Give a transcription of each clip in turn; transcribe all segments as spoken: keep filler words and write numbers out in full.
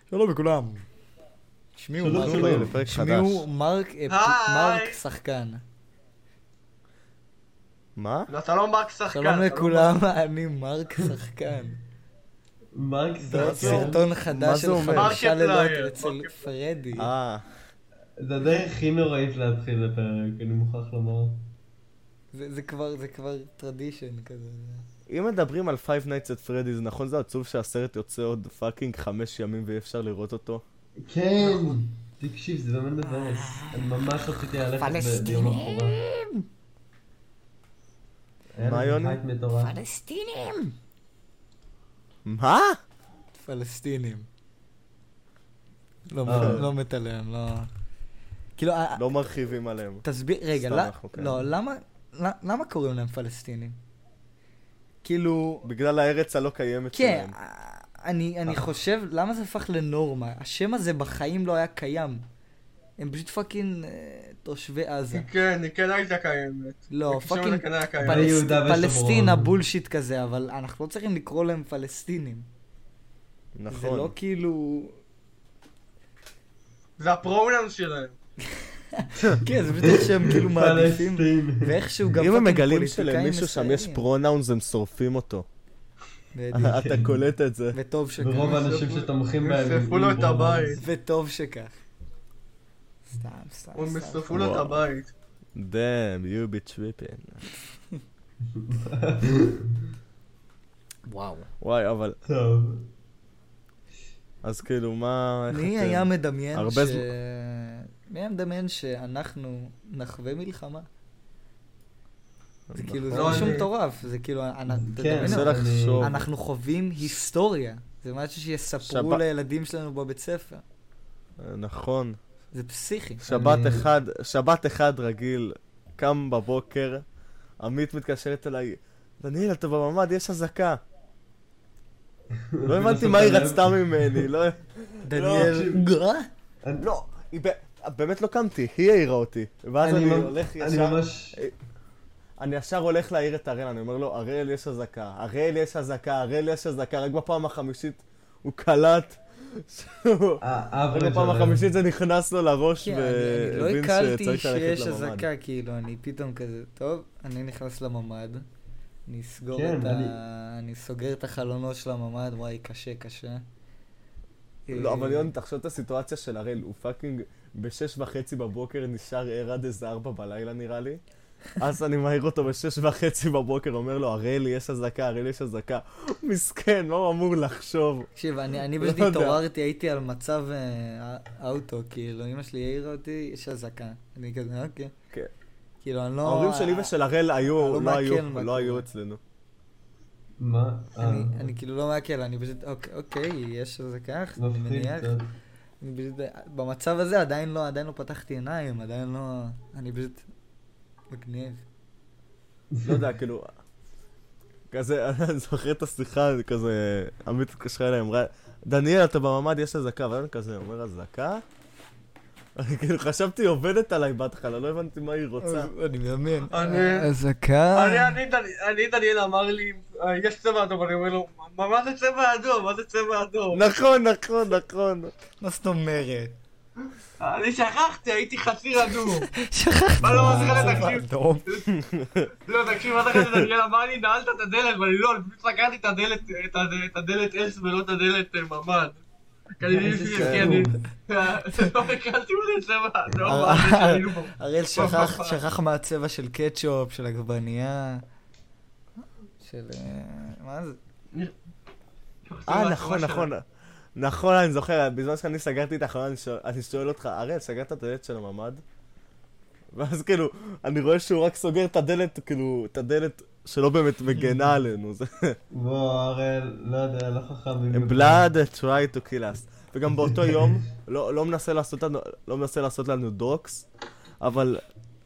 שלום לכולם. שמיעו מרק, שמיעו מרק, מרק שחקן. מה? אתה לא מרק שחקן. שלום לכולם, אני מרק שחקן. מרק שחקן? סרטון חדש של חמישה לילות אצל פרדי. אה. זה הדרך הכי נוראית להתחיל לפרק, אני מוכרח לומר. זה כבר, זה כבר טרדישן כזה. אם מדברים על Five Nights at Freddy's, נכון זה עצוב שהסרט יוצא עוד פאקינג חמש ימים ואי אפשר לראות אותו? כן! תקשיב, זה באמת מבאס. אני ממש רציתי ללכת ביום אחורה. מה יוני? פלסטינים! מה? פלסטינים. לא מתעלם, לא... כאילו... לא מרחיבים עליהם. תסביר, רגע, לא, למה... למה קוראים להם פלסטינים? כאילו... בגלל הארץ הלא קיימת שלהם. כן, אני, אני חושב, למה זה הפך לנורמה? השם הזה בחיים לא היה קיים. הם פשוט פאקינג תושבי עזה. כן, היא כן הייתה קיימת. לא, פאקינג פלסטינה בולשיט כזה, אבל אנחנו לא צריכים לקרוא להם פלסטינים. נכון. זה לא כאילו... זה הפרונאונס שלהם. כן, זה בטח שהם כאילו מעדיפים, ואיכשהו גם אם הם מגלים שלמישהו שם יש פרונאונס, הם שורפים אותו. אתה קולט את זה. וטוב שכך. ורוב האנשים שתומכים בהם. הם שרפו לו את הבית. וטוב שכך. סתם, סתם. הם שרפו לו את הבית. Damn, you be tripping. וואו. וואי, אבל... טוב. אז כאילו, מה... מי היה מדמיין ש... מי היה מדמיין שאנחנו נחווה מלחמה? זה כאילו, זה משהו מטורף, זה כאילו, אנחנו חווים היסטוריה, זה משהו שיספרו לילדים שלנו בבית ספר. נכון. זה פסיכי. שבת אחד, שבת אחד רגיל, קם בבוקר, עמית מתקשרת אליי, דניאל, אתה בממד, יש הזקה. לא הבנתי מה היא רצתה ממני, לא... דניאל... לא, באמת לא קמתי, היא העירה אותי. ואז אני הולך ישר... אני ישר הולך להעיר את הראל, אני אומר לו, הראל יש הזקה, הראל יש הזקה, הראל יש הזקה, רק בפעם החמישית הוא קלט. בפעם החמישית זה נכנס לו לראש והבין שצריך ללכת לממד. לא הקלתי שיש הזקה, כאילו, אני פתאום כזה, טוב, אני נכנס לממד, אני סוגר את החלונות של הממד, וואי, קשה, קשה. לא, אבל יוני, תחשוב את הסיטואציה של הראל, הוא פאקינג בשש וחצי בבוקר נשאר ער עד איזה ארבע בלילה נראה לי. אז אני מעיר אותו בשש וחצי בבוקר, אומר לו, הראל יש הזקה, הראל יש הזקה. מסכן, מה הוא אמור לחשוב? תקשיב, אני פשוט התעוררתי, הייתי על מצב אוטו, כאילו, אמא שלי העירה אותי, יש הזקה. אני כזה, אוקיי. כן. כאילו, אני לא... ההורים שלי ושל הראל היו, לא היו אצלנו. מה? אני כאילו לא מעכל, אני פשוט, אוקיי, יש הזקה, אני מניח. במצב הזה עדיין לא, עדיין לא פתחתי עיניים, עדיין לא... אני פשוט... מגניב. לא יודע, כאילו... כזה, אני זוכר את השיחה, כזה... עמית התקשרה אליי, אמרה, דניאל, אתה בממד, יש הזקה, ואני כזה אומר, הזקה? אני כאילו חשבתי עובדת עליי בהתחלה, לא הבנתי מה היא רוצה. אני מאמן. הזקה? אני, דניאל אמר לי, יש צבע אדום, אני אומר לו, מה זה צבע אדום? מה זה צבע אדום? נכון, נכון, נכון. מה זאת אומרת? אני שכחתי, הייתי חצי רדום. שכחתי. מה לא מצליחה לתקשיב? לא, תקשיב, מה תקשיב, דניאל אמר לי, נעלת את הדלת, ואני לא, אני פשוט סגרתי את הדלת אס ולא את הדלת ממ"ד. כי אני לא הקלתי מזה צבע אדום. הראל שכח מהצבע של קטשופ, של עגבנייה, של... מה זה? אה, נכון, נכון. נכון, אני זוכר, בזמן שאני סגרתי את החלון, אני שואל אותך, הראל, סגרת את הדלת של הממ"ד? ואז כאילו, אני רואה שהוא רק סוגר את הדלת, כאילו, את הדלת שלא באמת מגנה עלינו. בוא, הראל, לא יודע, לא חכם. blood try to kill us. וגם באותו יום, לא מנסה לעשות לנו דוקס, אבל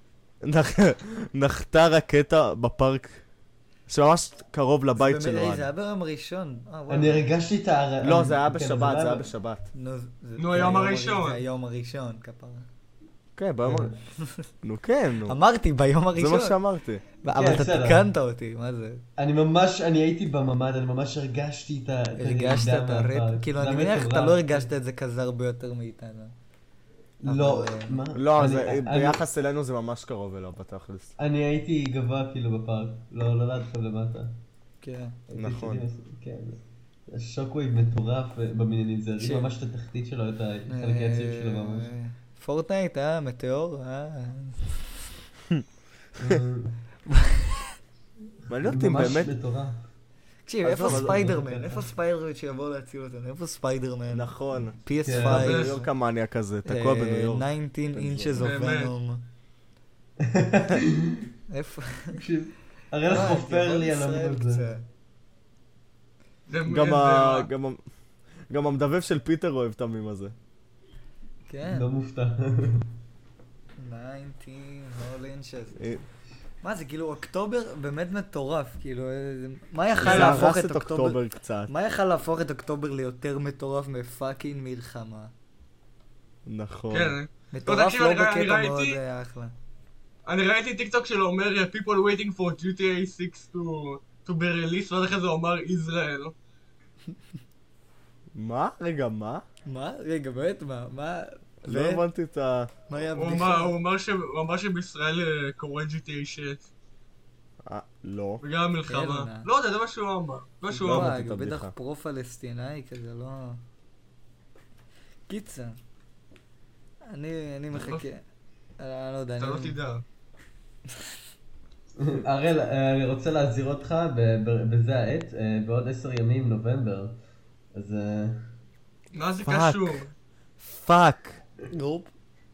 נחתה רקטה בפארק. שממש קרוב לבית שלו. זה היה ביום הראשון. אני הרגשתי את הערה. לא, זה היה בשבת, זה היה בשבת. נו, היום הראשון. זה היום הראשון, כפרה. כן, ביום... נו כן, נו. אמרתי, ביום הראשון. זה מה שאמרתי. אבל אתה תיקנת אותי, מה זה? אני ממש, אני הייתי בממד, אני ממש הרגשתי את ה... הרגשת את הרפ? כאילו, אני מניח, אתה לא הרגשת את זה כזה הרבה יותר מאיתנו. לא, מה? לא, ביחס אלינו זה ממש קרוב אליו, בתכלס. אני הייתי גבוה כאילו בפארק, לא נולדתם למטה. כן. נכון. כן. השוקווייב מטורף בבניינים, זה הרים ממש את התחתית שלו, את החלק העצים שלו ממש. פורטנייט, אה? מטאור, אה? מעניין אותי באמת... ממש מטורף. תקשיב, איפה ספיידרמן? איפה ספיידרמן שיבוא להציל אותנו? איפה ספיידרמן? נכון. פי אס פייב. בניו יורק המאניה כזה, תקוע בניו יורק. תשע עשרה inches of venom. איפה? תקשיב, הרי לך חופר לי על המון הזה. גם המדבב של פיטר אוהב את המים הזה. כן. לא מופתע. תשע עשרה inches. מה זה, כאילו, אוקטובר באמת מטורף, כאילו, מה יכל להפוך את אוקטובר קצת? מה יכל להפוך את אוקטובר ליותר מטורף מפאקינג מלחמה? נכון. כן. מטורף לא בקטע מאוד אחלה. אני ראיתי טיקטוק שלו אומר, people waiting for ג'י טי איי six to to be released, ואז אחרי זה הוא אמר ישראל. מה? רגע, מה? מה? רגע, באמת, מה? מה? לא הבנתי את ה... מה היה הבדיחה? הוא אמר שבישראל קורא ג'י טי איי שש. אה, לא. בגלל המלחמה. לא יודע, זה מה שהוא אמר. מה שהוא אמר. לא, בטח פרו-פלסטינאי כזה, לא... קיצה. אני מחכה. אני לא יודע, אתה לא תדע. הראל, אני רוצה להזהיר אותך בזה העת, בעוד עשר ימים, נובמבר. אז... מה זה קשור? פאק. נופ.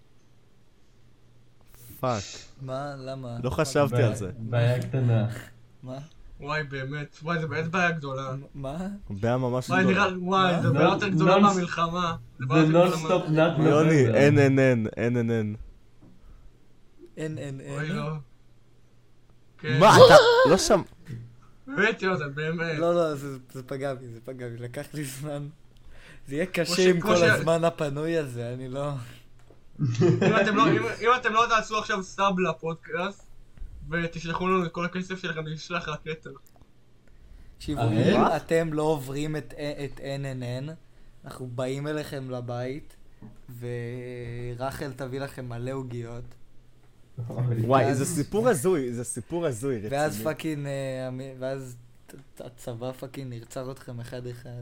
פאק. מה? למה? לא חשבתי על זה. בעיה קטנה. מה? וואי, באמת. וואי, זה באמת בעיה גדולה. מה? בעיה ממש וואי, גדולה. וואי, זה בעיה יותר גדולה מהמלחמה. זה נון-סטופ נאט נובמבר. יוני, אין אין אין, אין אין אין. אין אין אין. אוי, לא. מה? אתה לא שם... באמת, יו, זה באמת. לא, לא, זה פגע בי, זה פגע בי. לקח לי זמן. זה יהיה קשה עם כל הזמן הפנוי הזה, אני לא... אם אתם לא תעשו עכשיו סאב לפודקאסט ותשלחו לנו את כל הכסף שלכם, אני אשלח רק כתר. תקשיבו, אם אתם לא עוברים את אן אן אן, אנחנו באים אליכם לבית ורחל תביא לכם מלא עוגיות. וואי, זה סיפור הזוי, זה סיפור הזוי רציני. ואז פאקינג, ואז הצבא פאקינג נרצח אתכם אחד אחד.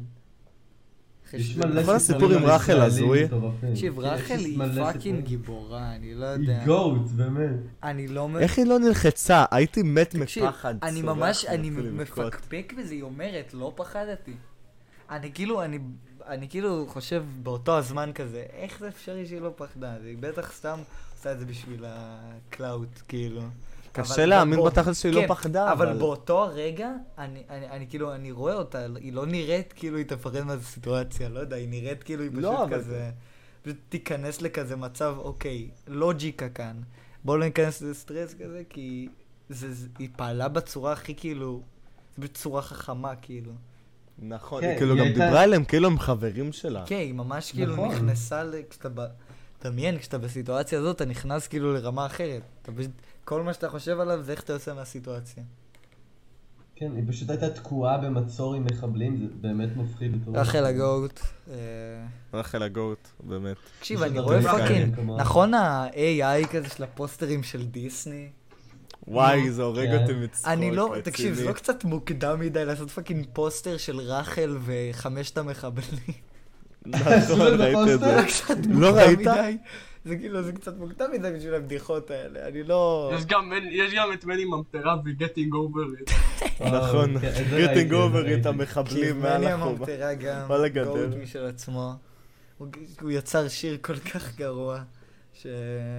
כל הסיפור עם רחל הזוי. תקשיב, רחל היא פאקינג גיבורה, אני לא יודע. היא גוט, באמת. אני לא... איך היא לא נלחצה? הייתי מת מפחד. אני ממש, אני מפקפק בזה, היא אומרת, לא פחדתי. אני כאילו, אני כאילו חושב באותו הזמן כזה, איך זה אפשרי שהיא לא פחדה? היא בטח סתם עושה את זה בשביל הקלאוט, כאילו. קשה להאמין בתכלס שהיא לא פחדה, אבל... אבל באותו הרגע, אני, אני, אני כאילו, אני רואה אותה, היא לא נראית כאילו היא תפחד מהסיטואציה, לא יודע, היא נראית כאילו היא פשוט כזה, פשוט תיכנס לכזה מצב, אוקיי, לוג'יקה כאן, בואו לא ניכנס לסטרס כזה, כי זה, זה, היא פעלה בצורה הכי כאילו, בצורה חכמה כאילו. נכון, היא כאילו גם דיברה אליהם כאילו הם חברים שלה. כן, היא ממש כאילו נכנסה, כשאתה דמיין, כשאתה בסיטואציה הזאת, אתה נכנס כאילו לרמה אחרת, אתה פשוט... כל מה שאתה חושב עליו זה איך אתה עושה מהסיטואציה. כן, היא פשוט הייתה תקועה במצור עם מחבלים, זה באמת מפחיד אותו. רחל הגוט. רחל הגוט, באמת. תקשיב, אני רואה פאקינג, נכון ה-איי איי כזה של הפוסטרים של דיסני? וואי, זה הורג אותי מצחוק. אני לא, תקשיב, זה לא קצת מוקדם מדי לעשות פאקינג פוסטר של רחל וחמשת המחבלים. נכון, ראיתי את זה. לא ראית? זה כאילו, זה קצת מוקדם מדי בשביל הבדיחות האלה, אני לא... יש גם את מני ממטרה ו-Getting Over It. נכון, Getting Over It, המחבלים מעל מני החומה. ממטרה גם, גורד משל עצמו. הוא יצר שיר כל כך גרוע, ש...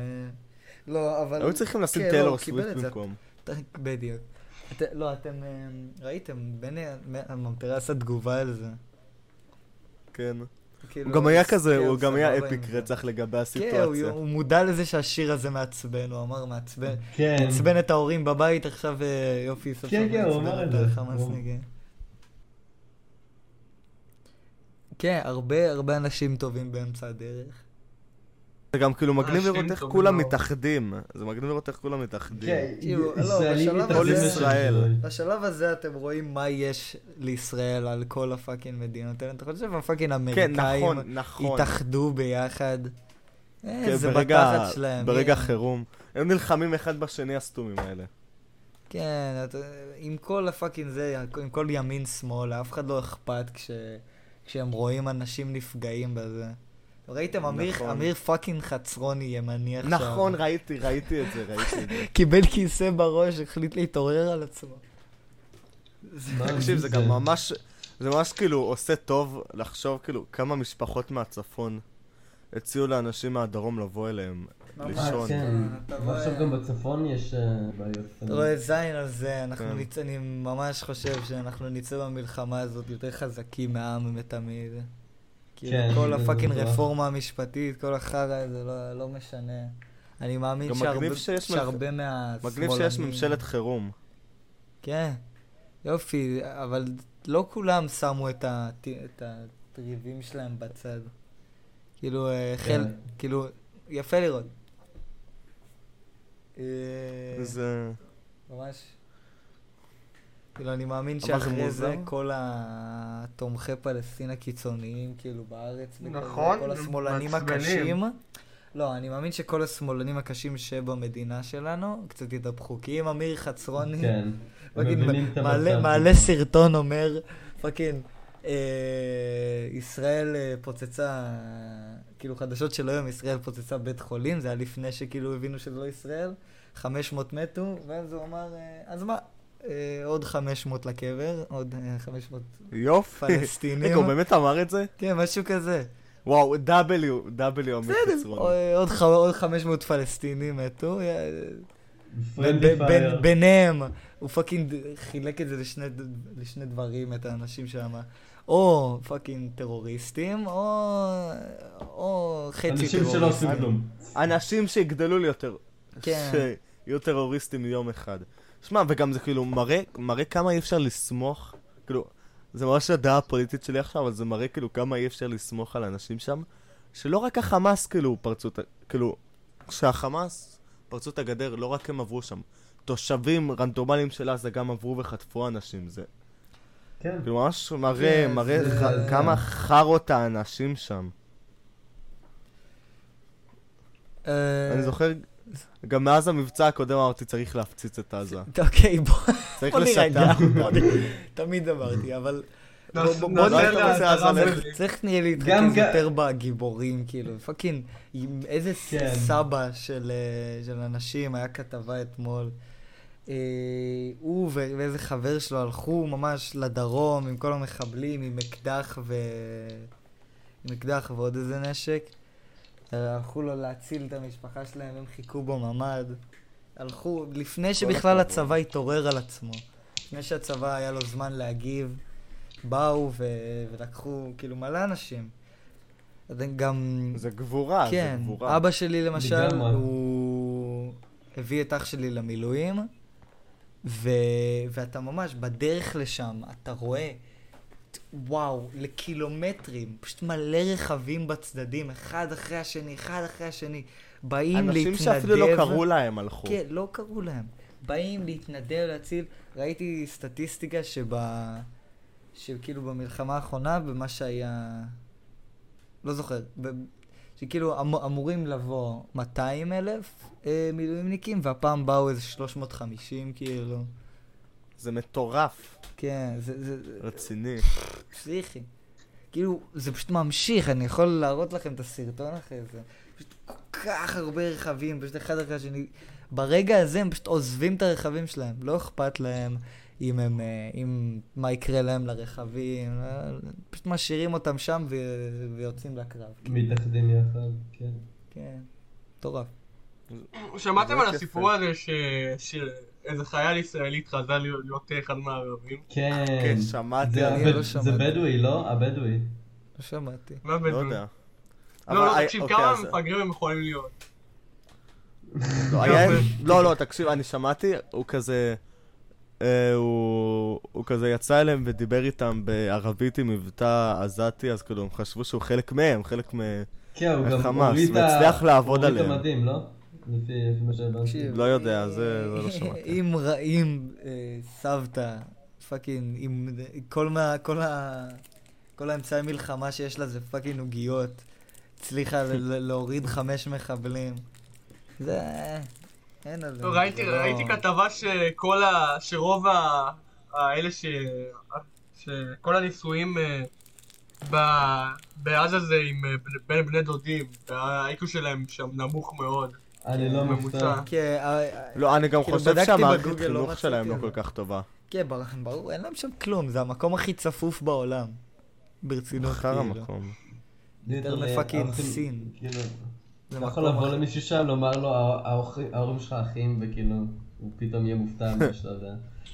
לא, אבל... היו צריכים לשים טיילור סוויפט במקום. בדיוק. לא, אתם ראיתם, מני ממטרה עשה תגובה על זה. כן. הוא גם היה כזה, הוא גם היה אפיק רצח לגבי הסיטואציה. כן, הוא מודע לזה שהשיר הזה מעצבן, הוא אמר מעצבן. מעצבן את ההורים בבית, עכשיו יופי סוף סוף מעצבן. כן, כן, הוא אמר את זה. כן, הרבה הרבה אנשים טובים באמצע הדרך. זה גם כאילו מגניב לראות איך כולם מתאחדים. זה מגניב לראות איך כולם מתאחדים. כן, ישראלים מתאחדים ישראל. בשלב הזה אתם רואים מה יש לישראל על כל הפאקינג מדינות. אתה חושב שהפאקינג אמריקאים התאחדו ביחד? זה בתחת שלהם. ברגע חירום. הם נלחמים אחד בשני הסתומים האלה. כן, עם כל הפאקינג זה, עם כל ימין שמאל, אף אחד לא אכפת כשהם רואים אנשים נפגעים בזה. ראיתם, אמיר פאקינג חצרוני ימני עכשיו. נכון, ראיתי, ראיתי את זה, ראיתי את זה. קיבל כיסא בראש, החליט להתעורר על עצמו. תקשיב, זה גם ממש, זה ממש כאילו עושה טוב לחשוב כאילו כמה משפחות מהצפון הציעו לאנשים מהדרום לבוא אליהם, לישון. כן, ועכשיו גם בצפון יש בעיות. אתה רואה זין על זה, אני ממש חושב שאנחנו ניצא במלחמה הזאת יותר חזקים מהעם מתמיד. כאילו כל הפאקינג רפורמה המשפטית, כל החרא הזה לא משנה. אני מאמין שהרבה מהשמאלנים... מגניב שיש ממשלת חירום. כן, יופי, אבל לא כולם שמו את הטריבים שלהם בצד. כאילו, כאילו, יפה לראות. זה... ממש... כאילו, אני מאמין שאחרי זה כל התומכי פלסטין הקיצוניים, כאילו, בארץ, נכון, כל השמאלנים הקשים, לא, אני מאמין שכל השמאלנים הקשים שבמדינה שלנו, קצת יתהפכו, כי אם אמיר חצרוני, מעלה סרטון אומר, פאקינג, ישראל פוצצה, כאילו חדשות של היום, ישראל פוצצה בית חולים, זה היה לפני שכאילו הבינו שזה לא ישראל, חמש מאות מתו, ואז הוא אמר, אז מה? עוד חמש מאות לקבר, עוד חמש מאות פלסטינים. רגע, הוא באמת אמר את זה? כן, משהו כזה. וואו, דאבליו, דאבליו אמיר חצרוני. עוד חמש מאות פלסטינים מתו. ביניהם, הוא פאקינג חילק את זה לשני דברים, את האנשים שם. או פאקינג טרוריסטים, או חצי טרוריסטים. אנשים שלא עושים כלום. אנשים שיגדלו לי יותר. שיהיו טרוריסטים יום אחד. שמע, וגם זה כאילו מראה, מראה כמה אי אפשר לסמוך, כאילו, זה ממש הדעה הפוליטית שלי עכשיו, אבל זה מראה כאילו כמה אי אפשר לסמוך על אנשים שם, שלא רק החמאס כאילו פרצו, כאילו, כשהחמאס פרצו את הגדר, לא רק הם עברו שם, תושבים רנדומליים של עזה גם עברו וחטפו אנשים, זה... כן. כאילו ממש מראה, כן, מראה זה, ח... זה... כמה חרות האנשים שם. Uh... אני זוכר... גם מאז המבצע הקודם אמרתי צריך להפציץ את עזה. אוקיי, בוא... צריך לשטח. תמיד אמרתי, אבל... בוא נראה, צריך נראה להתרכז יותר בגיבורים, כאילו, פאקינג, איזה סבא של אנשים, היה כתבה אתמול. הוא ואיזה חבר שלו הלכו ממש לדרום עם כל המחבלים, עם אקדח עם אקדח ועוד איזה נשק. הלכו לו להציל את המשפחה שלהם, הם חיכו בו ממד. הלכו, לפני שבכלל הצבא התעורר על עצמו. לפני שהצבא היה לו זמן להגיב, באו ו- ולקחו כאילו מלא אנשים. גם... זה גבורה, כן, זה גבורה. אבא שלי למשל, הוא הביא את אח שלי למילואים, ו... ואתה ממש בדרך לשם, אתה רואה, וואו, לקילומטרים, פשוט מלא רכבים בצדדים, אחד אחרי השני, אחד אחרי השני, באים להתנדב. אנשים שאפילו לא קראו להם הלכו. כן, לא קראו להם. באים להתנדב, להציל. ראיתי סטטיסטיקה שבה... שכאילו במלחמה האחרונה, במה שהיה... לא זוכר. ב... שכאילו אמ... אמורים לבוא מאתיים אלף אה, מילואימניקים, והפעם באו איזה שלוש מאות וחמישים, כאילו. זה מטורף. כן, זה... זה... רציני. פסיכי. כאילו, זה פשוט ממשיך, אני יכול להראות לכם את הסרטון אחרי זה. פשוט כל כך הרבה רכבים, פשוט אחד אחרי השני. ברגע הזה הם פשוט עוזבים את הרכבים שלהם. לא אכפת להם אם הם, אם מה יקרה להם לרכבים. פשוט משאירים אותם שם ו... ויוצאים לקרב. מתאחדים יחד, כן. כן, טורף. שמעתם על הסיפור הזה ש... שאיזה חייל ישראלי התחזה להיות אחד מהערבים? כן. כן, שמעתי. זה בדואי, לא? הבדואי. לא שמעתי. מה בדואי? לא יודע. לא, לא, תקשיב, כמה מפגרים הם יכולים להיות? לא, לא, תקשיב, אני שמעתי, הוא כזה, הוא כזה יצא אליהם ודיבר איתם בערבית עם מבטא עזתי, אז כאילו הם חשבו שהוא חלק מהם, חלק כן, הוא גם חמאס, הוריד והצליח לעבוד הוריד את עליהם. המדים, לא? לפי מה שהבנתי. לא יודע, זה לא שמעתי. אם רעים סבתא, פאקינג, עם כל מה, כל ה... כל האמצעי מלחמה שיש לה זה פאקינג עוגיות. הצליחה להוריד חמש מחבלים. זה... אין על זה. ראיתי כתבה שכל ה... שרוב האלה ש... שכל הניסויים בעזה זה עם בין בני דודים, והאייקו שלהם שם נמוך מאוד. אני לא מופתע. לא, אני גם חושב שהמערכת חינוך שלהם לא כל כך טובה. כן, ברור, אין להם שם כלום, זה המקום הכי צפוף בעולם. ברצינות, אחר המקום. יותר מפאקינג סין. אתה יכול לבוא למישהו שם, לומר לו, ההורים שלך אחים, וכאילו, הוא פתאום יהיה מופתע ממה שאתה יודע.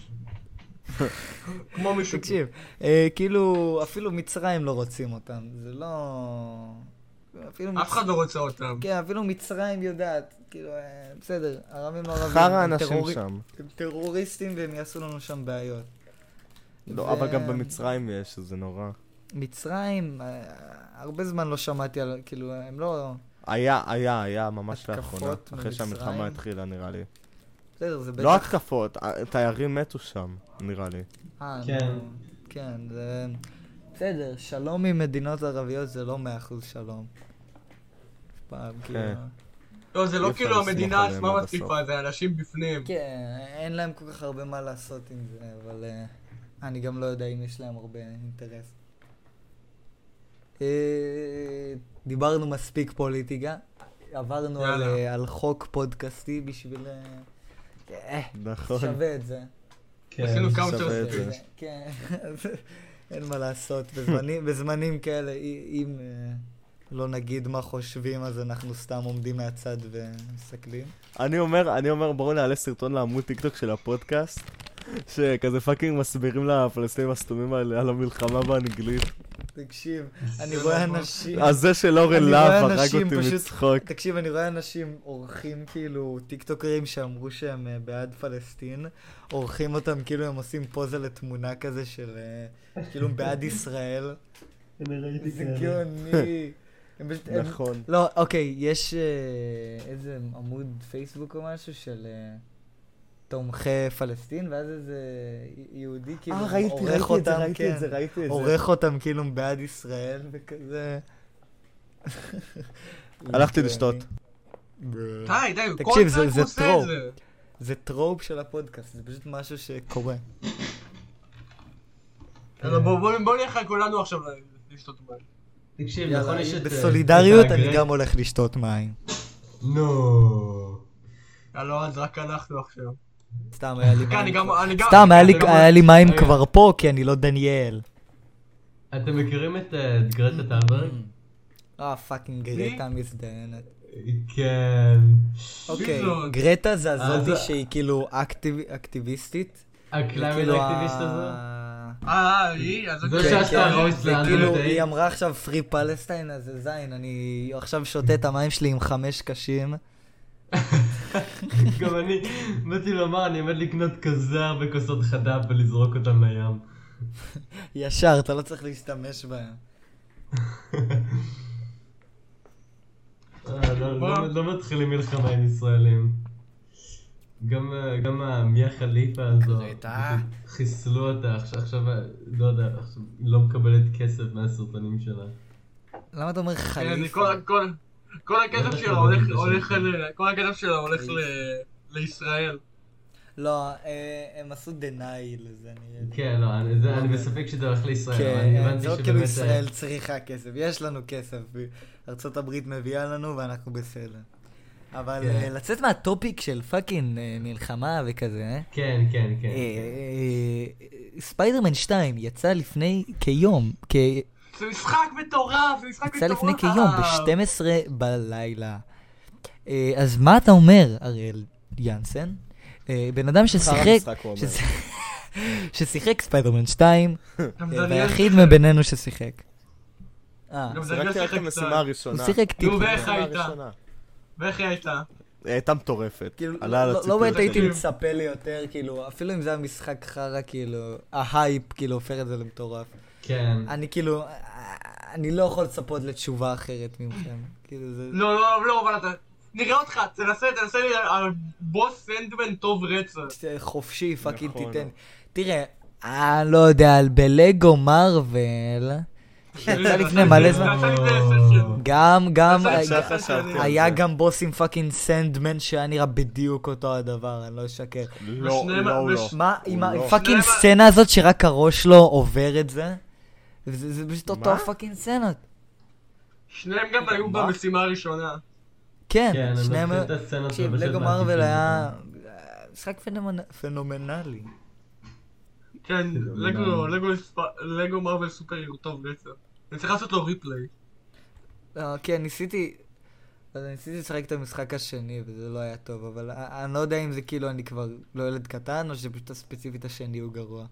כמו מישהו. תקשיב, כאילו, אפילו מצרים לא רוצים אותם, זה לא... אף אחד לא רוצה אותם. כן, אפילו מצרים יודעת, כאילו, בסדר, ערבים לא ערבים. חרא אנשים שם. הם טרוריסטים והם יעשו לנו שם בעיות. לא, אבל גם במצרים יש, זה נורא. מצרים, הרבה זמן לא שמעתי על, כאילו, הם לא... היה, היה, היה, ממש לאחרונה. אחרי שהמלחמה התחילה, נראה לי. בסדר, זה בטח... לא התקפות, תיירים מתו שם, נראה לי. אה, כן. כן, זה... בסדר, שלום עם מדינות ערביות זה לא מאה אחוז שלום. פעם, כאילו... לא, זה לא כאילו המדינה עצמה מתקיפה, זה אנשים בפנים. כן, אין להם כל כך הרבה מה לעשות עם זה, אבל... אני גם לא יודע אם יש להם הרבה אינטרס. דיברנו מספיק פוליטיקה, עברנו על חוק פודקאסטי בשביל... נכון. שווה את זה. עשינו קאונטר זה. כן, אין מה לעשות. בזמנים כאלה, אם לא נגיד מה חושבים, אז אנחנו סתם עומדים מהצד ומסתכלים. אני אומר, אני אומר, בואו נעלה סרטון לעמוד טיקטוק של הפודקאסט, שכזה פאקינג מסבירים לפלסטינים הסתומים האלה על המלחמה באנגלית. תקשיב, אני רואה אנשים... אז זה של אורן להב הרג אותי מצחוק. תקשיב, אני רואה אנשים עורכים כאילו טיקטוקרים שאמרו שהם בעד פלסטין, עורכים אותם כאילו הם עושים פוזה לתמונה כזה של כאילו בעד ישראל. אני ראיתי זה גאוני. נכון. לא, אוקיי, יש איזה עמוד פייסבוק או משהו של... תומכי פלסטין, ואז איזה יהודי כאילו עורך אותם, ראיתי את זה, ראיתי את זה. עורך אותם כאילו בעד ישראל, וכזה... הלכתי לשתות. די, די, תקשיב, זה טרופ. זה טרופ של הפודקאסט, זה פשוט משהו שקורה. בוא נלך כולנו עכשיו לשתות מים. תקשיב, נכון יש את... בסולידריות אני גם הולך לשתות מים. נו. לא, אז רק אנחנו עכשיו. סתם, היה לי מים. סתם, היה לי מים כבר פה, כי אני לא דניאל. אתם מכירים את גרטה טאנברג? אה, פאקינג גרטה מזדיינת. כן. אוקיי, גרטה זה הזאתי שהיא כאילו אקטיביסטית. הקליימט האקטיביסט הזה? אה, היא? זה שעשתה רויס לאנדרדאי. היא אמרה עכשיו פרי פלסטיין, אז זה זין, אני עכשיו שותה את המים שלי עם חמש קשים. גם אני, באתי לומר, אני עומד לקנות כזה הרבה כוסות חדב ולזרוק אותם לים. ישר, אתה לא צריך להשתמש בהם. לא מתחילים מלחמה עם ישראלים. גם המיה חליפה הזו, חיסלו אותה, עכשיו, לא יודע, לא מקבלת כסף מהסרטונים שלה. למה אתה אומר חליפה? כל הכסף שלה הולך, כל הכסף שלה הולך לישראל. לא, הם עשו דניי לזה. כן, לא, אני בספק שזה הולך לישראל. כן, זה לא כאילו ישראל צריכה כסף, יש לנו כסף, ארצות הברית מביאה לנו ואנחנו בסדר. אבל לצאת מהטופיק של פאקינג מלחמה וכזה, כן, כן, כן. ספיידרמן שתיים יצא לפני כיום, זה משחק מטורף, זה משחק מטורף. יצא לפני כיום, ב-שתים עשרה בלילה. אז מה אתה אומר, אריאל יאנסן? בן אדם ששיחק... ששיחק ספיידרמן שתיים, והיחיד מבינינו ששיחק. שיחקתי רק את המשימה הראשונה. הוא שיחק טיפ. נו, ואיך הייתה? ואיך היא הייתה? היא הייתה מטורפת. לא באמת הייתי מצפה לי יותר, כאילו, אפילו אם זה היה משחק חרא, כאילו, ההייפ, כאילו, הופך את זה למטורף. כן. אני כאילו, אני לא יכול לצפות לתשובה אחרת ממכם. כאילו זה... לא, לא, לא, אבל אתה... נראה אותך, תנסה, תנסה לי על בוס סנדמן טוב רצח. חופשי, פאקינג תיתן. תראה, אני לא יודע, בלגו מרוול, שיצא לפני מלא זמן, גם, גם, היה גם בוס עם פאקינג סנדמן שהיה נראה בדיוק אותו הדבר, אני לא אשקר. לא, לא, לא. מה, עם הפאקינג סצנה הזאת שרק הראש לא עובר את זה? זה פשוט אותו פאקינג סצנות. שניהם גם היו במשימה הראשונה. כן, שניהם... תקשיב, לגו מרוול היה משחק פנומנלי. כן, לגו מרוול סופר הירו טוב רצח. אני צריך לעשות לו ריפליי. כן, ניסיתי... ניסיתי לשחק את המשחק השני וזה לא היה טוב, אבל אני לא יודע אם זה כאילו אני כבר לא ילד קטן או שפשוט הספציפית השני הוא גרוע.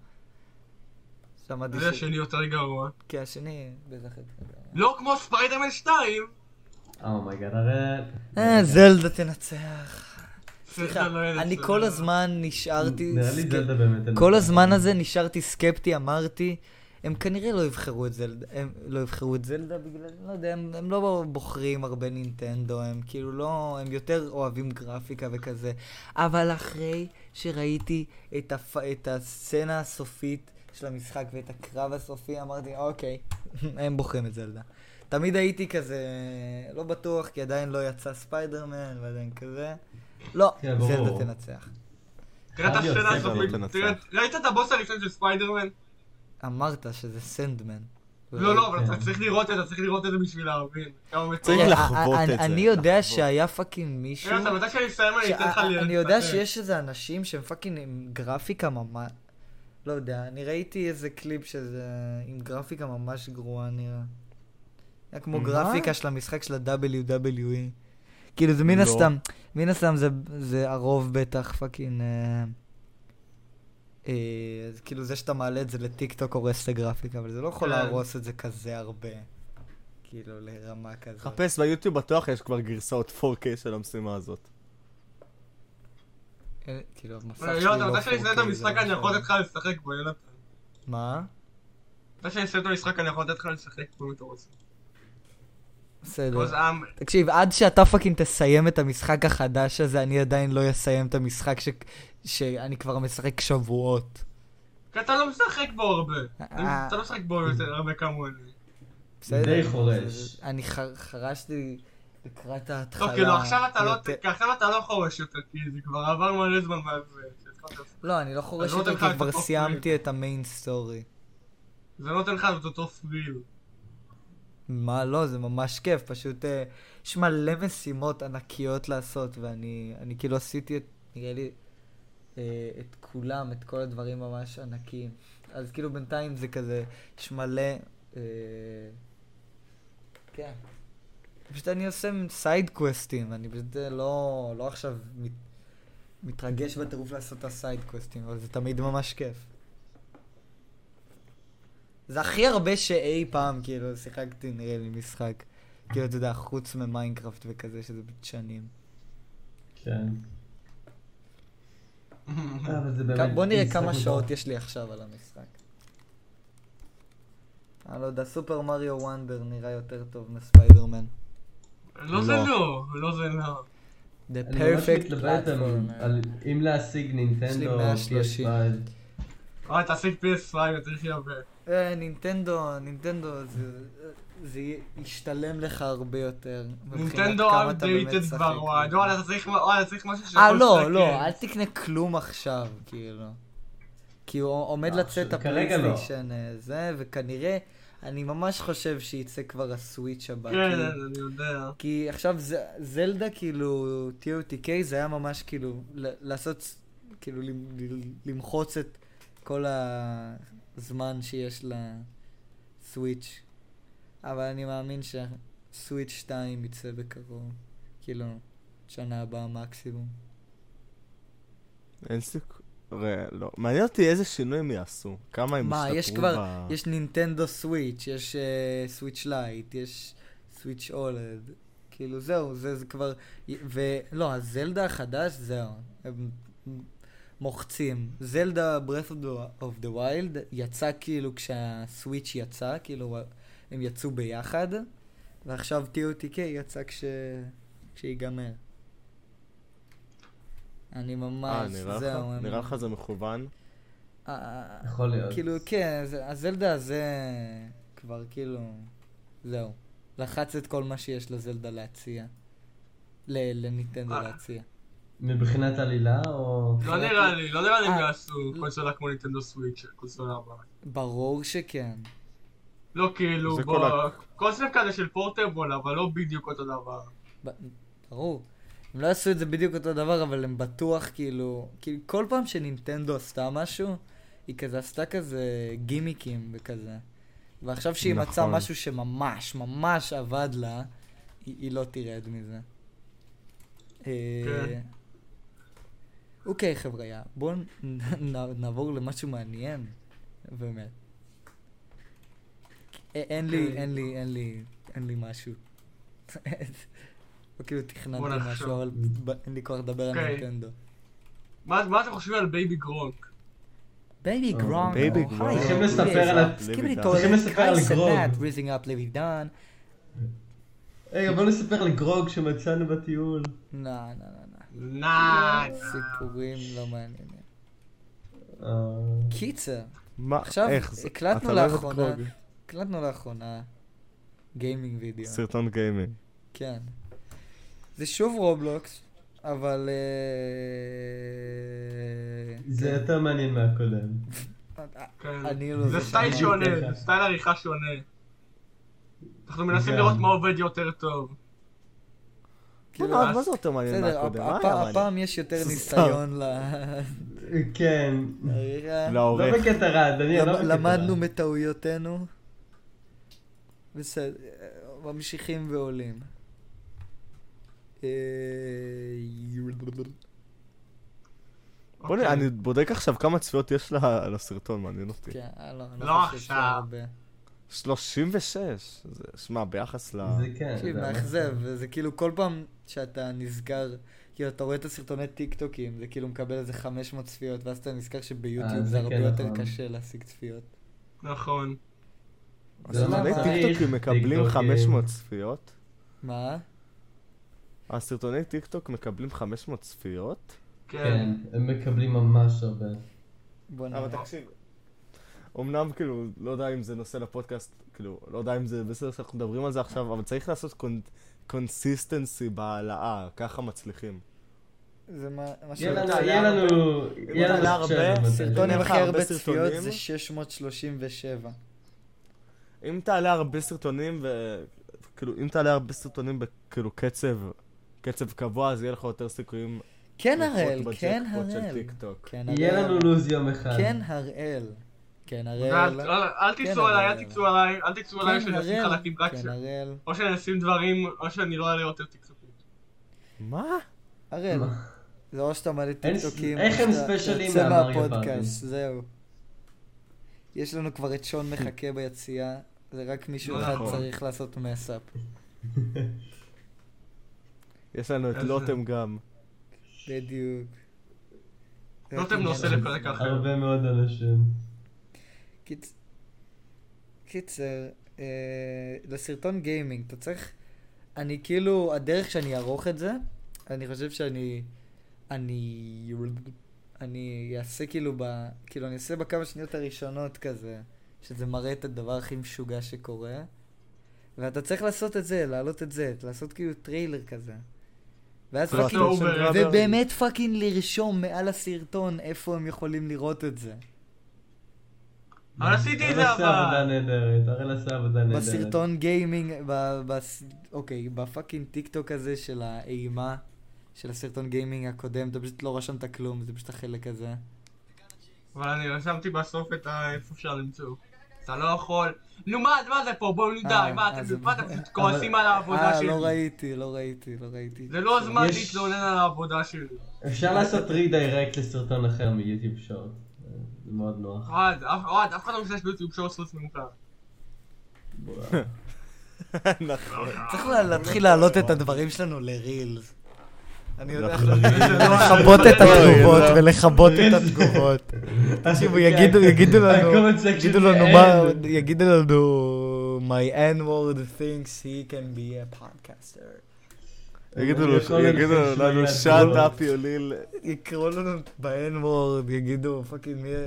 זה השני יותר גרוע. כן, השני בטח... לא כמו ספיידרמן שתיים! אומייגאד, הרי... אה, זלדה תנצח. סליחה, אני כל הזמן נשארתי... נראה לי זלדה באמת... כל הזמן הזה נשארתי סקפטי, אמרתי, הם כנראה לא יבחרו את זלדה, הם לא יבחרו את זלדה בגלל, לא יודע, הם לא בוחרים הרבה נינטנדו, הם כאילו לא, הם יותר אוהבים גרפיקה וכזה. אבל אחרי שראיתי את הסצנה הסופית של המשחק ואת הקרב הסופי, אמרתי, אוקיי, הם בוחרים את זלדה. תמיד הייתי כזה, לא בטוח, כי עדיין לא יצא ספיידרמן, ועדיין כזה. לא, זלדה תנצח. תראה את הסצנה הסופית, ראית את הבוס הראשון של ספיידרמן? אמרת שזה סנדמן. לא, לא, אבל אתה צריך לראות את זה, צריך לראות את זה בשביל להבין. צריך לחוות את זה. אני יודע שהיה פאקינג מישהו... אתה מתי שאני אסיים אני אתן לך לראות. אני יודע שיש איזה אנשים שהם פאקינג עם גרפיקה ממש... לא יודע, אני ראיתי איזה קליפ שזה עם גרפיקה ממש גרועה נראה. היה כמו גרפיקה של המשחק של ה-דאבליו דאבליו אי. כאילו זה מן הסתם, מן הסתם זה הרוב בטח פאקינג... כאילו זה שאתה מעלה את זה לטיק טוק הורס את הגרפיקה, אבל זה לא יכול להרוס את זה כזה הרבה. כאילו לרמה כזאת. חפש ביוטיוב בטוח יש כבר גרסאות פור קיי של המשימה הזאת. כאילו המסך שלי לא... אתה שאני אעשה את המשחק אני יכול לתת לך לשחק בו, ילד. מה? אתה שאני אעשה את המשחק אני יכול לתת לך לשחק בו אם אתה רוצה. בסדר. תקשיב, עד שאתה פאקינג תסיים את המשחק החדש הזה, אני עדיין לא אסיים את המשחק שאני כבר משחק שבועות. כי אתה לא משחק בו הרבה. אתה לא משחק בו הרבה כמוני. בסדר. די חורש. אני חרשתי לקראת ההתחלה. טוב, כאילו עכשיו אתה לא חורש יותר, כי זה כבר עבר מלא זמן מאז זה. לא, אני לא חורש יותר, כי כבר סיימתי את המיין סטורי. זה לא נותן לך את אותו פריל. מה לא, זה ממש כיף, פשוט יש מלא משימות ענקיות לעשות, ואני אני כאילו עשיתי את, נראה לי, את כולם, את כל הדברים ממש ענקיים. אז כאילו בינתיים זה כזה, יש מלא, כן. פשוט אני עושה סייד קווסטים, אני פשוט לא, לא עכשיו מת, מתרגש בטירוף לעשות את הסייד קווסטים, אבל זה תמיד ממש כיף. זה הכי הרבה שאי פעם, כאילו, שיחקתי נראה לי משחק. כאילו, אתה יודע, חוץ ממיינקראפט וכזה, שזה שנים. כן. בוא נראה כמה שעות יש לי עכשיו על המשחק. אני לא יודע, סופר מריו וונדר נראה יותר טוב מספיידרמן. לא זה לא, לא זה לא. The perfect platform. אם להשיג נינטנדו או פי אס פייב. אוי, תשיג פי אס פייב, יותר הכי הרבה. נינטנדו, נינטנדו, זה ישתלם לך הרבה יותר. נינטנדו updated כבר, וואי, לא, אתה צריך משהו שיכול אה, לא, לא, אל תקנה כלום עכשיו, כאילו. כי הוא עומד לצאת הפלייסטיישן זה, וכנראה, אני ממש חושב שייצא כבר הסוויץ' הבא. כן, אני יודע. כי עכשיו זלדה, כאילו, טי או טי קיי, זה היה ממש כאילו, לעשות, כאילו, למחוץ את כל הזמן שיש לסוויץ'. אבל אני מאמין שסוויץ' שתיים יצא בקרוב. כאילו, שנה הבאה מקסימום. אין סיכוי. לא. מעניין אותי איזה שינויים יעשו. כמה הם מה, ישתפרו יש כבר, יש נינטנדו סוויץ', יש סוויץ' לייט, יש סוויץ' אולד. כאילו, זהו, זה, זה כבר... ולא, הזלדה החדש, זהו. הם מוחצים. זלדה Breath of the Wild יצא כאילו כשהסוויץ' יצא, כאילו, הם יצאו ביחד, ועכשיו טי או טי קיי יצא כש... כשיגמר. אני ממש, זהו. נראה לך זה מכוון? יכול להיות. כאילו, כן, הזלדה הזה כבר כאילו, זהו. לחץ את כל מה שיש לזלדה להציע. לניטנדו להציע. מבחינת עלילה או... לא נראה לי, לא נראה לי הם יעשו קונסולה כמו ניטנדו סוויץ', קונסולה הבאה. ברור שכן. לא כאילו, קונסולה כזה של פורטבול, אבל לא בדיוק אותו דבר. ברור. הם לא עשו את זה בדיוק אותו דבר, אבל הם בטוח כאילו... כאילו כל פעם שנינטנדו עשתה משהו, היא כזה עשתה כזה גימיקים וכזה. ועכשיו שהיא מצאה משהו שממש, ממש עבד לה, היא לא תירד מזה. אוקיי חבר'ה, בואו נעבור למשהו מעניין. באמת. אין לי, אין לי, אין לי, אין לי משהו. לא כאילו תכננתי משהו, אבל אין לי כוח לדבר על נינטנדו. מה אתם חושבים על בייבי גרונק? בייבי גרונק. בייבי גרונק. צריכים לספר על... צריכים לספר על גרוג. היי, בוא נספר על גרוג שמצאנו בטיול. לא, לא, לא. נא, סיפורים לא מעניינים. Uh... קיצר. מה? עכשיו, איך? הקלטנו לאחרונה, הקלטנו לאחרונה גיימינג וידאו. סרטון גיימינג. כן. זה שוב רובלוקס, אבל... זה יותר מעניין מהקודם. אני לא... זה סטייל שונה, זה סטייל עריכה שונה. אנחנו מנסים לראות מה עובד יותר טוב. מה זה יותר מעניין מהקודם? הפעם יש יותר ניסיון ל... כן. לעורך. לא בקטע רע, דניאל, לא בקטע רע. למדנו מטעויותינו. בסדר, ממשיכים ועולים. בוא נראה, אני בודק עכשיו כמה צפיות יש לסרטון, מעניין אותי. כן, לא עכשיו. שלושים ושש, שמע, ביחס ל... זה כן. תקשיב, מאכזב, זה כאילו כל פעם שאתה נזכר, כאילו אתה רואה את הסרטוני טיק טוקים, זה כאילו מקבל איזה חמש מאות צפיות, ואז אתה נזכר שביוטיוב זה הרבה יותר קשה להשיג צפיות. נכון. הסרטוני טיק טוקים מקבלים חמש מאות צפיות? מה? הסרטוני טיק טוק מקבלים חמש מאות צפיות? כן, הם מקבלים ממש הרבה. בוא נראה. אבל תקשיב. אמנם כאילו, לא יודע אם זה נושא לפודקאסט, כאילו, לא יודע אם זה בסדר שאנחנו מדברים על זה עכשיו, אבל צריך לעשות קונסיסטנסי בהעלאה, ככה מצליחים. זה מה... יהיה לנו... יהיה לנו הרבה... סרטון עם הכי הרבה צפיות זה שש מאות שלושים ושבע. אם תעלה הרבה סרטונים ו... כאילו, אם תעלה הרבה סרטונים בכאילו קצב, קצב קבוע, אז יהיה לך יותר סיכויים... כן הראל, כן הראל. יהיה לנו לוז יום אחד. כן הראל. כן, הראל. אל תיצאו עליי, אל תיצאו עליי, אל תיצאו עליי שאני אשים חלקים רק ש... או שאני אשים דברים, או שאני לא אעלה יותר טיקטוקים. מה? הראל. זה או שאתה מלא טיקטוקים, איך הם ספיישלים מהמריו פארטי? זהו. יש לנו כבר את שון מחכה ביציאה, זה רק מישהו אחד צריך לעשות מסאפ. יש לנו את לוטם גם. בדיוק. לוטם נושא לפרק אחר. הרבה מאוד אנשים. קיצר, לסרטון גיימינג, אתה צריך, אני כאילו, הדרך שאני אערוך את זה, אני חושב שאני, אני, אני אעשה כאילו ב, כאילו אני אעשה בכמה שניות הראשונות כזה, שזה מראה את הדבר הכי משוגע שקורה, ואתה צריך לעשות את זה, לעלות את זה, לעשות כאילו טריילר כזה. ואז פאקינג, ובאמת פאקינג לרשום מעל הסרטון איפה הם יכולים לראות את זה. אבל עשיתי את זה אבל. הרי עשה עבודה נהדרת. בסרטון גיימינג, אוקיי, בפאקינג טיק טוק הזה של האימה, של הסרטון גיימינג הקודם, אתה פשוט לא רשמת כלום, זה פשוט החלק הזה. אבל אני רשמתי בסוף את איפה אפשר למצוא. אתה לא יכול... נו מה, מה זה פה? בואו נדע, מה אתם פשוט כועסים על העבודה שלי? אה, לא ראיתי, לא ראיתי, לא ראיתי. זה לא זמן להתלונן על העבודה שלי. אפשר לעשות רידיירקט לסרטון אחר מיוטיוב שורט. זה מאוד נוח. אוהד, אוהד, אף אחד לא משתמש ביוטיוב שורט סוס ממוכר. נכון. צריך להתחיל להעלות את הדברים שלנו לרילס. אני יודע איך לחבות את התגובות ולחבות את התגובות. תקשיבו, יגידו לנו, יגידו לנו my N-word thinks he can be a podcaster. יגידו לנו, shut up you little... יקראו לנו ב-N-word, יגידו, פאקינג מי...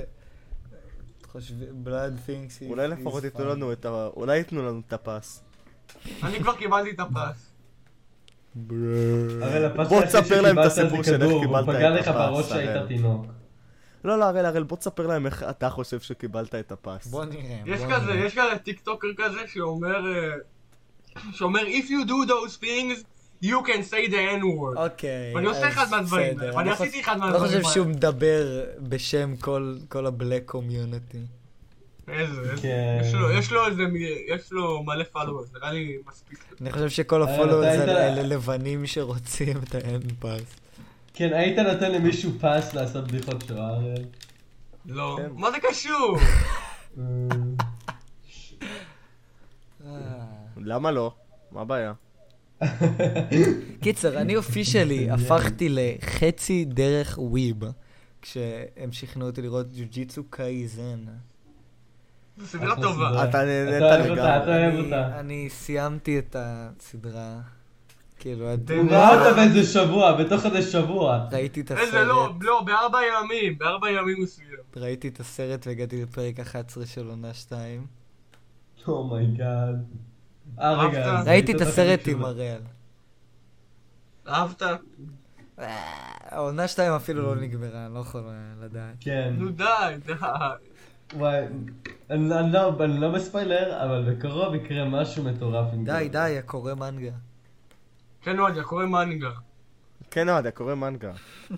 blood thinks he... אולי לפחות ייתנו לנו את ה... אולי ייתנו לנו את הפס. אני כבר קיבלתי את הפס. בוא תספר להם את הסיפור של איך קיבלת את הפס. הוא פגע לך בראש שהיית תינוק. לא, לא, הראל, הראל, בוא תספר להם איך אתה חושב שקיבלת את הפס. בוא נראה. יש כזה, יש כזה טיקטוקר כזה שאומר, שאומר, if you do those things, you can say the N-word. אוקיי. ואני עושה אחד מהדברים, ואני עשיתי אחד מהדברים. לא חושב שהוא מדבר בשם כל ה-black community. איזה, יש לו איזה, יש לו מלא פולוורס, נראה לי מספיק. אני חושב שכל הפולוורס האלה לבנים שרוצים את ה-N פס. כן, היית נותן למישהו פס לעשות בדיחות שואה, הרי? לא. מה זה קשור? למה לא? מה הבעיה? קיצר, אני אופישלי הפכתי לחצי דרך וויב, כשהם שכנעו אותי לראות ג'ו-ג'יטסו קייזן. זו סדרה טובה. אתה נהנית לגמרי. אתה אוהב אותה. אני סיימתי את הסדרה. כאילו, הוא ראה אותה באיזה שבוע, בתוך איזה שבוע. ראיתי את הסרט. איזה לא, לא, בארבע ימים, בארבע ימים הוא סיים. ראיתי את הסרט והגעתי לפרק אחת עשרה של עונה שתיים. אומייגאד. אה, רגע. ראיתי את הסרט עם הריאל. אהבת? העונה שתיים אפילו לא נגמרה, אני לא יכול לדעת. כן. נו די, די. וואי, אני לא מספיילר, אבל בקרוב יקרה משהו מטורף. די, די, הקורא מנגה. כן, אוהד, קורא מנגה. כן, אוהד, קורא מנגה.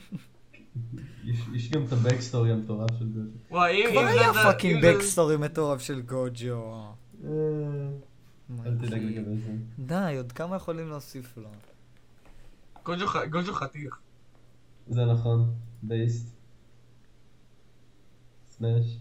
יש גם את הבקסטורי המטורף של גוג'ו. וואי, אם... כבר היה פאקינג בקסטורי מטורף של גוג'ו. אל תדאג לגבי זה. די, עוד כמה יכולים להוסיף לו? גוג'ו חתיך. זה נכון. בייסט. סמש.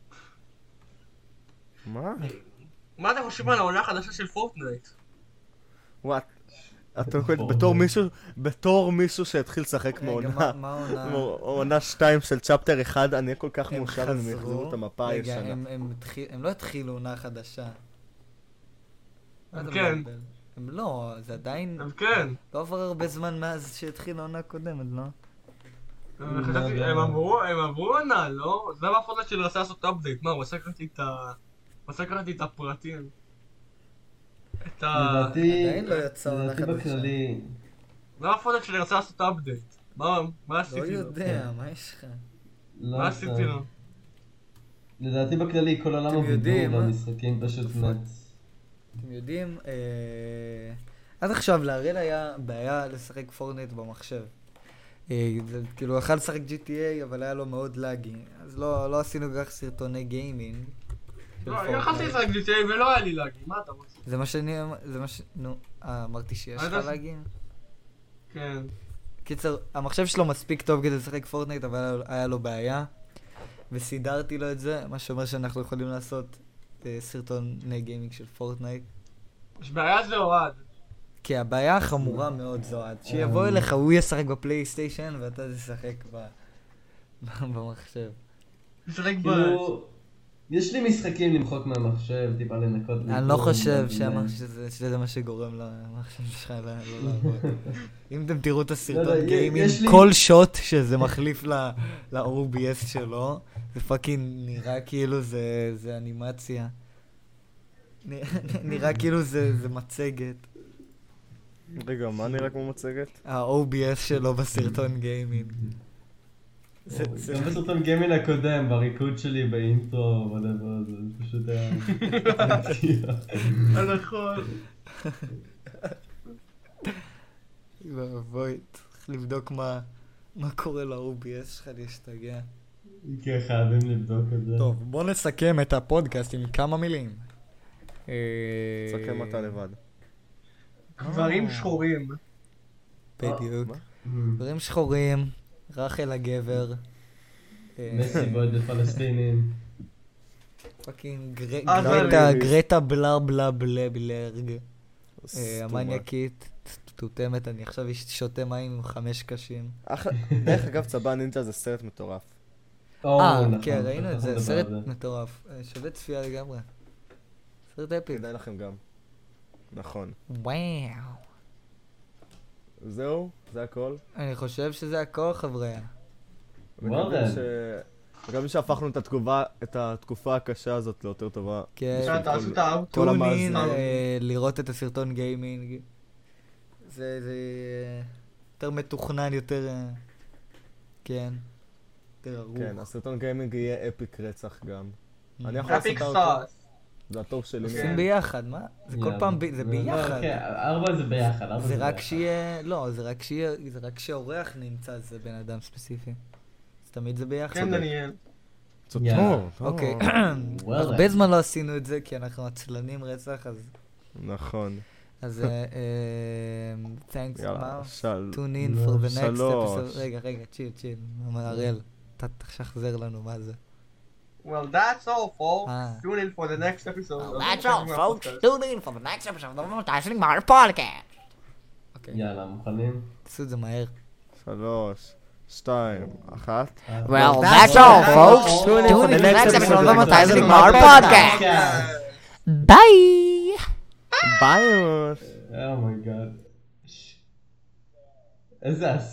מה? מה אתה חושב על העונה החדשה של פורטנייט? וואט? בתור מישהו, בתור מישהו שהתחיל לשחק מעונה, עונה שתיים של צ'פטר אחד, אני כל כך מאושר אם יחזרו את המפה הישנה. הם לא התחילו עונה חדשה. הם כן. הם לא, זה עדיין... הם כן. לא עבר הרבה זמן מאז שהתחילה עונה קודמת, לא? הם עברו, הם עברו עונה, לא? זה מה הפורטנייט שלי רצה לעשות אפדייט, מה, הוא עשה קראתי את ה... הוא עשה קראתי את הפרטים. את ה... עדיין לא יצא עונה חדשה. בכללי... מה הפורטנייט שלי רצה לעשות אפדייט? מה, מה עשיתי לו? לא יודע, מה יש לך? מה עשיתי לו? לדעתי בכללי כל עולם הבידור והמשחקים פשוט מת. אתם יודעים, עד עכשיו להראל היה בעיה לשחק פורטנייט במחשב. כאילו, הוא יכל לשחק ג'י טי איי, אבל היה לו מאוד לאגי. אז לא עשינו כך סרטוני גיימינג. לא, אני יכלתי לשחק ג'י טי איי ולא היה לי לאגי, מה אתה רוצה? זה מה שאני... זה מה ש... נו, אמרתי שיש לך לאגים? כן. קיצר, המחשב שלו מספיק טוב כדי לשחק פורטנייט, אבל היה לו בעיה. וסידרתי לו את זה, מה שאומר שאנחנו יכולים לעשות סרטוני גיימינג של פורטנייט. יש בעיה זה אוהד. כי הבעיה החמורה מאוד זו עד שיבוא אליך, הוא ישחק בפלייסטיישן ואתה תשחק במחשב. תשחק ב... יש לי משחקים למחוק מהמחשב, טיפה לנקות. אני לא חושב שזה מה שגורם למחשב שלך לא לעבוד. אם אתם תראו את הסרטון גיימינג, כל שוט שזה מחליף ל-או בי אס שלו, זה פאקינג נראה כאילו זה אנימציה. נראה כאילו זה מצגת. רגע, מה נראה כמו מצגת? ה-או בי אס שלו בסרטון גיימינג. גם בסרטון גיימינג הקודם, בריקוד שלי באינטרו, whatever, זה פשוט היה... נכון. בואי, צריך לבדוק מה קורה ל-או בי אס שלך להשתגע. כן, חייבים לבדוק את זה. טוב, בוא נסכם את הפודקאסט עם כמה מילים. נסכם אתה לבד. דברים שחורים. בדיוק. דברים שחורים, רחל הגבר. מסי בועד לפלסטינים. פאקינג גרטה בלה בלה בלה בלרג. המניאקית, תותמת, אני עכשיו שותה מים עם חמש קשים. דרך אגב, צבא נינג'ה זה סרט מטורף. אה, כן, ראינו את זה, סרט מטורף. שווה צפייה לגמרי. סרט אפי. כדאי לכם גם. נכון. וואו. זהו? זה הכל? אני חושב שזה הכל, חבר'ה. מקווים שהפכנו את התגובה, את התקופה הקשה הזאת ליותר טובה. כן. תעשו טעם. טונין, לראות את הסרטון גיימינג. זה יותר מתוכנן, יותר... כן. יותר ארוך. כן, הסרטון גיימינג יהיה אפיק רצח גם. אני יכול לעשות אפיק אותו. סאס. זה הטוב שלי. עושים ביחד, מה? זה כל פעם, זה ביחד. ארבע זה ביחד. זה רק שיהיה, לא, זה רק שיהיה, זה רק שאורח נמצא, זה בן אדם ספציפי. אז תמיד זה ביחד. כן, דניאל. זה טוב. אוקיי, הרבה זמן לא עשינו את זה, כי אנחנו עצלנים רצח, אז... נכון. אז, thanks, יאללה, tune in for the next episode. רגע, רגע, צ'יל, צ'יל. אריאל, אתה תשחזר לנו מה זה. Well, that's all, folks. Tune in for the next episode. Well, that's all, folks. Tune in for the next episode of the Tyson Mar podcast. יאללה, מוכנים? תעשו את זה מהר. שלוש, שתיים, אחת. Well, that's all, folks. Tune in for the next episode of the Tyson Mar podcast. Bye. ביי. Oh my god. איזה